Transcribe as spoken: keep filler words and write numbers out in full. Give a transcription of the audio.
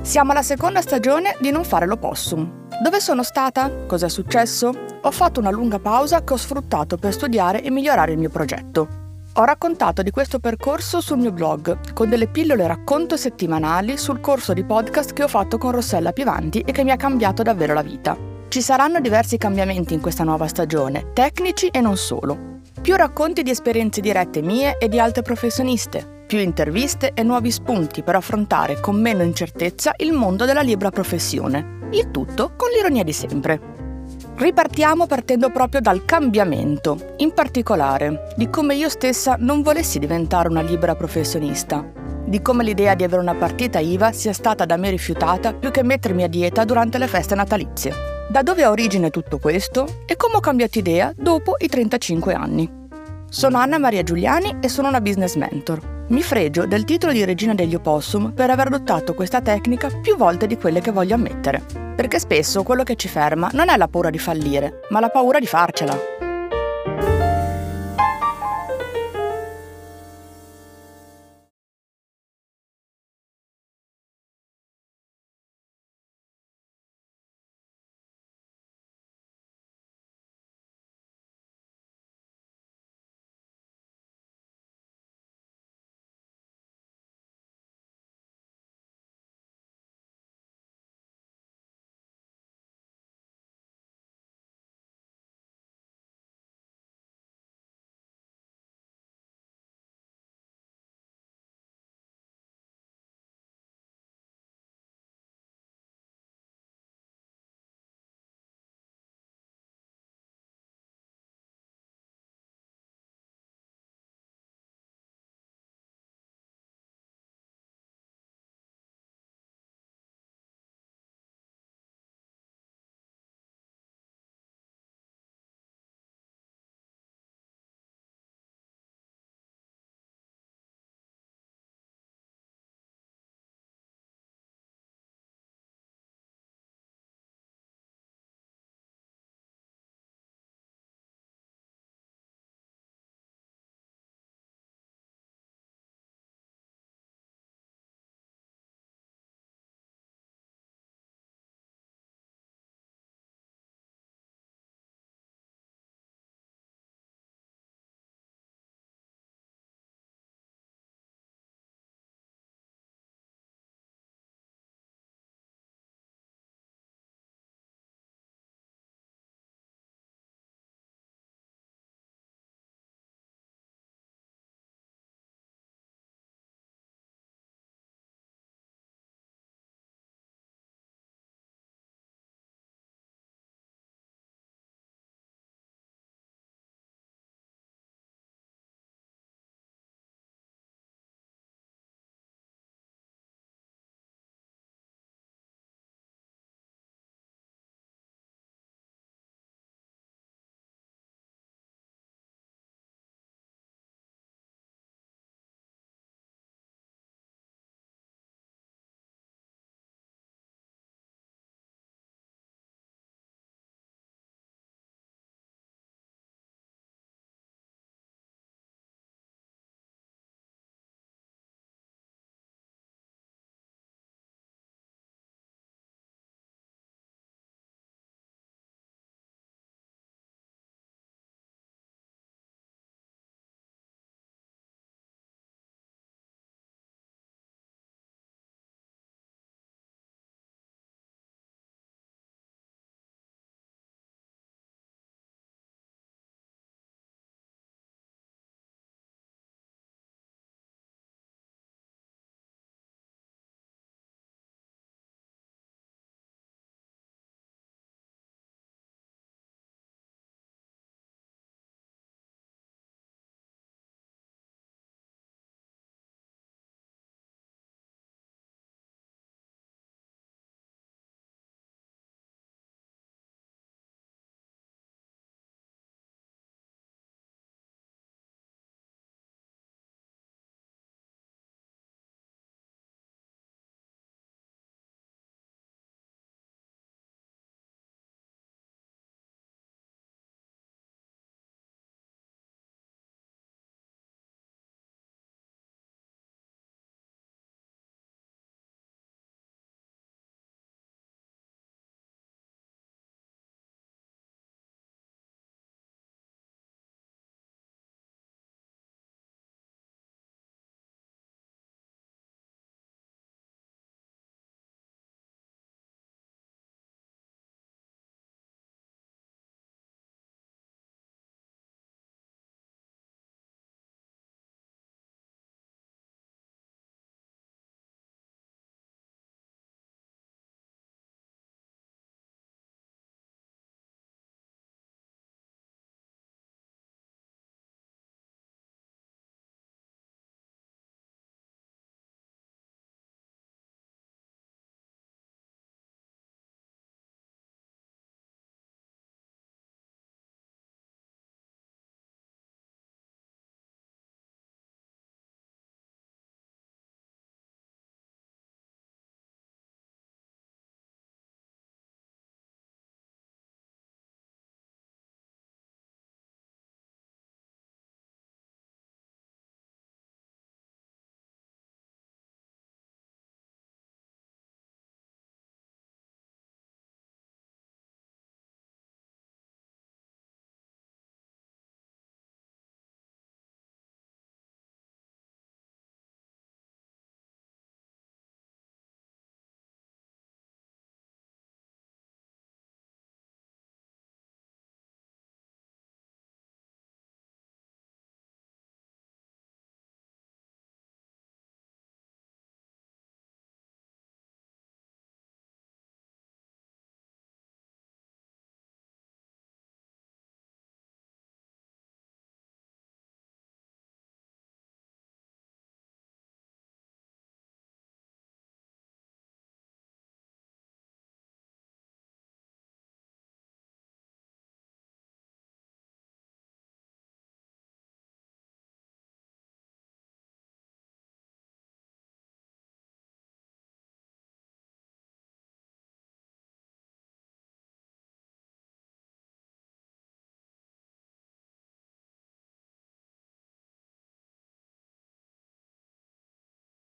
Siamo alla seconda stagione di Non fare l'opossum. Dove sono stata? Cos'è successo? Ho fatto una lunga pausa che ho sfruttato per studiare e migliorare il mio progetto. Ho raccontato di questo percorso sul mio blog, con delle pillole racconto settimanali sul corso di podcast che ho fatto con Rossella Pivanti e che mi ha cambiato davvero la vita. Ci saranno diversi cambiamenti in questa nuova stagione, tecnici e non solo. Più racconti di esperienze dirette mie e di altre professioniste, più interviste e nuovi spunti per affrontare con meno incertezza il mondo della libera professione. Il tutto con l'ironia di sempre. Ripartiamo partendo proprio dal cambiamento, in particolare di come io stessa non volessi diventare una libera professionista, di come l'idea di avere una partita I V A sia stata da me rifiutata più che mettermi a dieta durante le feste natalizie. Da dove ha origine tutto questo e come ho cambiato idea dopo i trentacinque anni. Sono Anna Maria Giuliani e sono una business mentor. Mi fregio del titolo di regina degli opossum per aver adottato questa tecnica più volte di quelle che voglio ammettere. Perché spesso quello che ci ferma non è la paura di fallire, ma la paura di farcela.